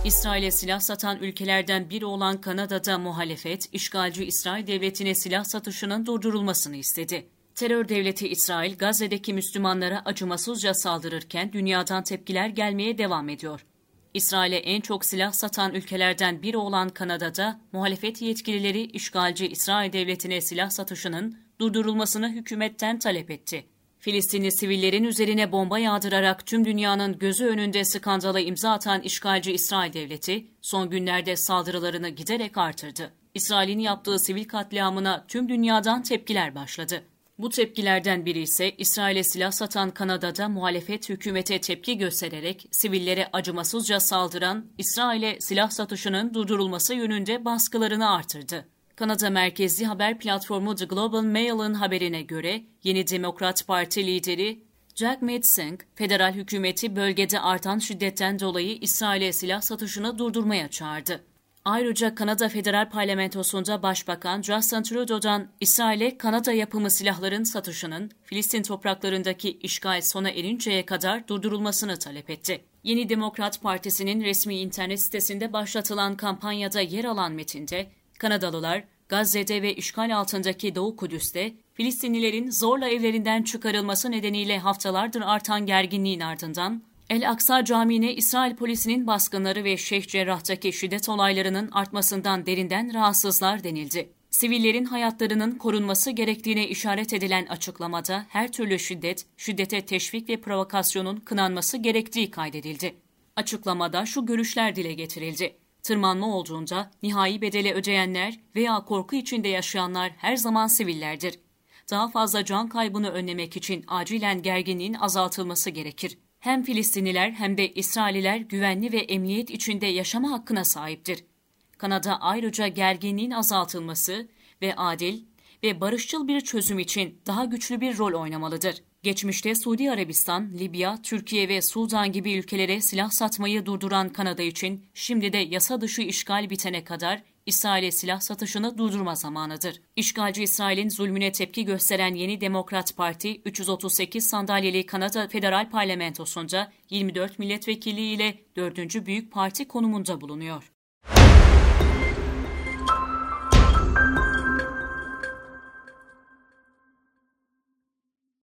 İsrail'e silah satan ülkelerden biri olan Kanada'da muhalefet, işgalci İsrail devletine silah satışının durdurulmasını istedi. Terör devleti İsrail, Gazze'deki Müslümanlara acımasızca saldırırken dünyadan tepkiler gelmeye devam ediyor. İsrail'e en çok silah satan ülkelerden biri olan Kanada'da muhalefet yetkilileri işgalci İsrail devletine silah satışının durdurulmasını hükümetten talep etti. Filistinli sivillerin üzerine bomba yağdırarak tüm dünyanın gözü önünde skandala imza atan işgalci İsrail devleti, son günlerde saldırılarını giderek artırdı. İsrail'in yaptığı sivil katliamına tüm dünyadan tepkiler başladı. Bu tepkilerden biri ise İsrail'e silah satan Kanada'da muhalefet hükümete tepki göstererek sivillere acımasızca saldıran İsrail'e silah satışının durdurulması yönünde baskılarını artırdı. Kanada merkezli haber platformu The Global Mail'ın haberine göre Yeni Demokrat Parti lideri Jagmeet Singh, federal hükümeti bölgede artan şiddetten dolayı İsrail'e silah satışını durdurmaya çağırdı. Ayrıca Kanada Federal Parlamentosu'nda Başbakan Justin Trudeau'dan İsrail'e Kanada yapımı silahların satışının Filistin topraklarındaki işgal sona erinceye kadar durdurulmasını talep etti. Yeni Demokrat Partisi'nin resmi internet sitesinde başlatılan kampanyada yer alan metinde, Kanadalılar, Gazze'de ve işgal altındaki Doğu Kudüs'te Filistinlilerin zorla evlerinden çıkarılması nedeniyle haftalardır artan gerginliğin ardından El-Aksa Camii'ne İsrail polisinin baskınları ve Şeyh Cerrah'taki şiddet olaylarının artmasından derinden rahatsızlar denildi. Sivillerin hayatlarının korunması gerektiğine işaret edilen açıklamada her türlü şiddete teşvik ve provokasyonun kınanması gerektiği kaydedildi. Açıklamada şu görüşler dile getirildi. Tırmanma olduğunda nihai bedeli ödeyenler veya korku içinde yaşayanlar her zaman sivillerdir. Daha fazla can kaybını önlemek için acilen gerginliğin azaltılması gerekir. Hem Filistinliler hem de İsrailliler güvenli ve emniyet içinde yaşama hakkına sahiptir. Kanada ayrıca gerginliğin azaltılması ve adil ve barışçıl bir çözüm için daha güçlü bir rol oynamalıdır. Geçmişte Suudi Arabistan, Libya, Türkiye ve Sudan gibi ülkelere silah satmayı durduran Kanada için şimdi de yasa dışı işgal bitene kadar İsrail'e silah satışını durdurma zamanıdır. İşgalci İsrail'in zulmüne tepki gösteren Yeni Demokrat Parti, 338 sandalyeli Kanada Federal Parlamentosu'nda 24 milletvekili ile 4. büyük parti konumunda bulunuyor.